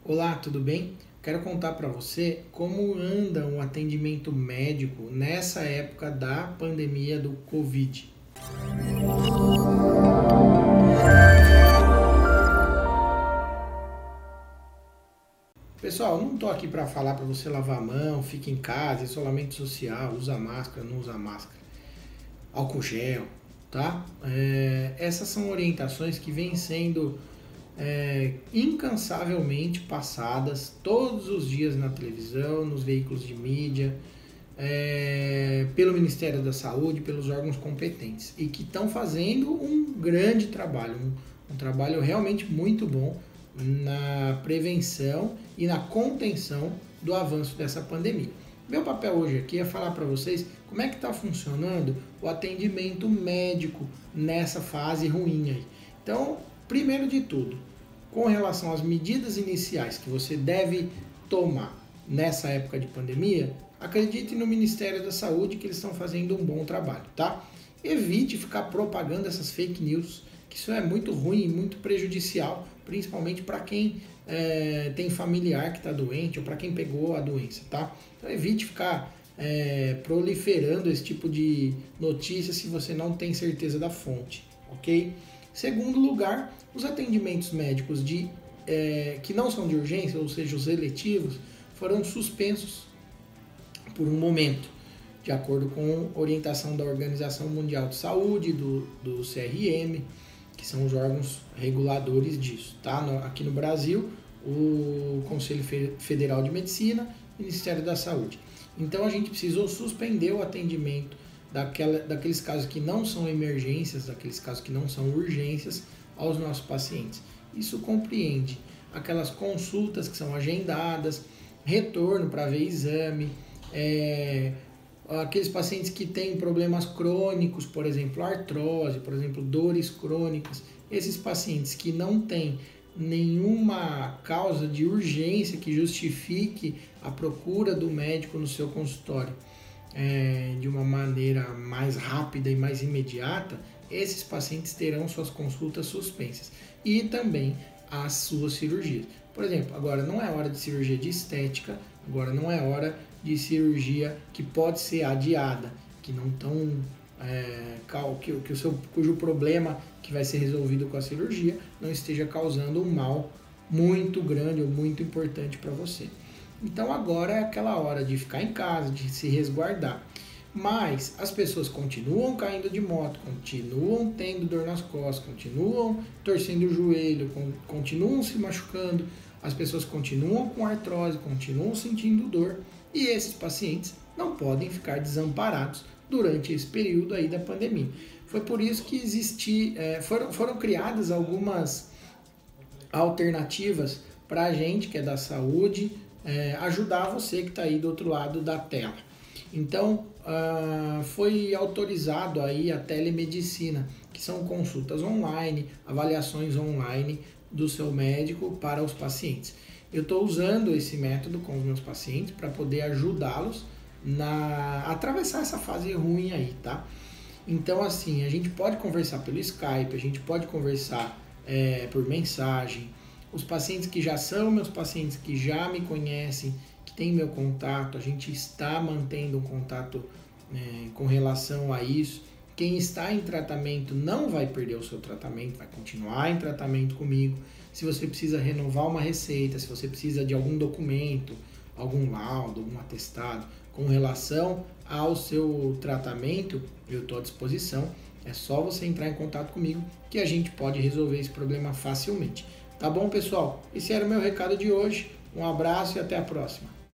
Olá, tudo bem? Quero contar para você como anda o atendimento médico nessa época da pandemia do Covid. Pessoal, não estou aqui para falar para você lavar a mão, fique em casa, isolamento social, usa máscara, não usa máscara, álcool gel, tá? Essas são orientações que vêm sendo incansavelmente passadas todos os dias na televisão, nos veículos de mídia, pelo Ministério da Saúde, pelos órgãos competentes e que estão fazendo um grande trabalho, um trabalho realmente muito bom na prevenção e na contenção do avanço dessa pandemia. Meu papel hoje aqui é falar para vocês como é que está funcionando o atendimento médico nessa fase ruim aí. Então, primeiro de tudo, com relação às medidas iniciais que você deve tomar nessa época de pandemia, acredite no Ministério da Saúde que eles estão fazendo um bom trabalho, tá? Evite ficar propagando essas fake news, que isso é muito ruim e muito prejudicial, principalmente para quem tem familiar que está doente ou para quem pegou a doença, tá? Então evite ficar proliferando esse tipo de notícia se você não tem certeza da fonte, ok? Segundo lugar, os atendimentos médicos que não são de urgência, ou seja, os eletivos, foram suspensos por um momento, de acordo com orientação da Organização Mundial de Saúde, do CRM, que são os órgãos reguladores disso. Tá? Aqui no Brasil, o Conselho Federal de Medicina, Ministério da Saúde. Então a gente precisou suspender o atendimento daqueles casos que não são emergências, daqueles casos que não são urgências aos nossos pacientes. Isso compreende aquelas consultas que são agendadas, retorno para ver exame, aqueles pacientes que têm problemas crônicos, por exemplo, artrose, por exemplo, dores crônicas, esses pacientes que não têm nenhuma causa de urgência que justifique a procura do médico no seu consultório de uma maneira mais rápida e mais imediata, esses pacientes terão suas consultas suspensas e também as suas cirurgias. Por exemplo, agora não é hora de cirurgia de estética, agora não é hora de cirurgia que pode ser adiada, que não tão cujo problema que vai ser resolvido com a cirurgia não esteja causando um mal muito grande ou muito importante para você. Então agora é aquela hora de ficar em casa, de se resguardar. Mas as pessoas continuam caindo de moto, continuam tendo dor nas costas, continuam torcendo o joelho, continuam se machucando, as pessoas continuam com artrose, continuam sentindo dor e esses pacientes não podem ficar desamparados durante esse período aí da pandemia. Foi por isso que foram criadas algumas alternativas para a gente que é da saúde ajudar você que está aí do outro lado da tela. Então, foi autorizado aí a telemedicina, que são consultas online, avaliações online do seu médico para os pacientes. Eu estou usando esse método com os meus pacientes para poder ajudá-los a atravessar essa fase ruim aí, tá? Então, assim, a gente pode conversar pelo Skype, a gente pode conversar por mensagem. Os pacientes que já são meus pacientes, que já me conhecem, que têm meu contato, a gente está mantendo um contato com relação a isso. Quem está em tratamento não vai perder o seu tratamento, vai continuar em tratamento comigo. Se você precisa renovar uma receita, se você precisa de algum documento, algum laudo, algum atestado com relação ao seu tratamento, eu estou à disposição. É só você entrar em contato comigo que a gente pode resolver esse problema facilmente. Tá bom, pessoal? Esse era o meu recado de hoje. Um abraço e até a próxima.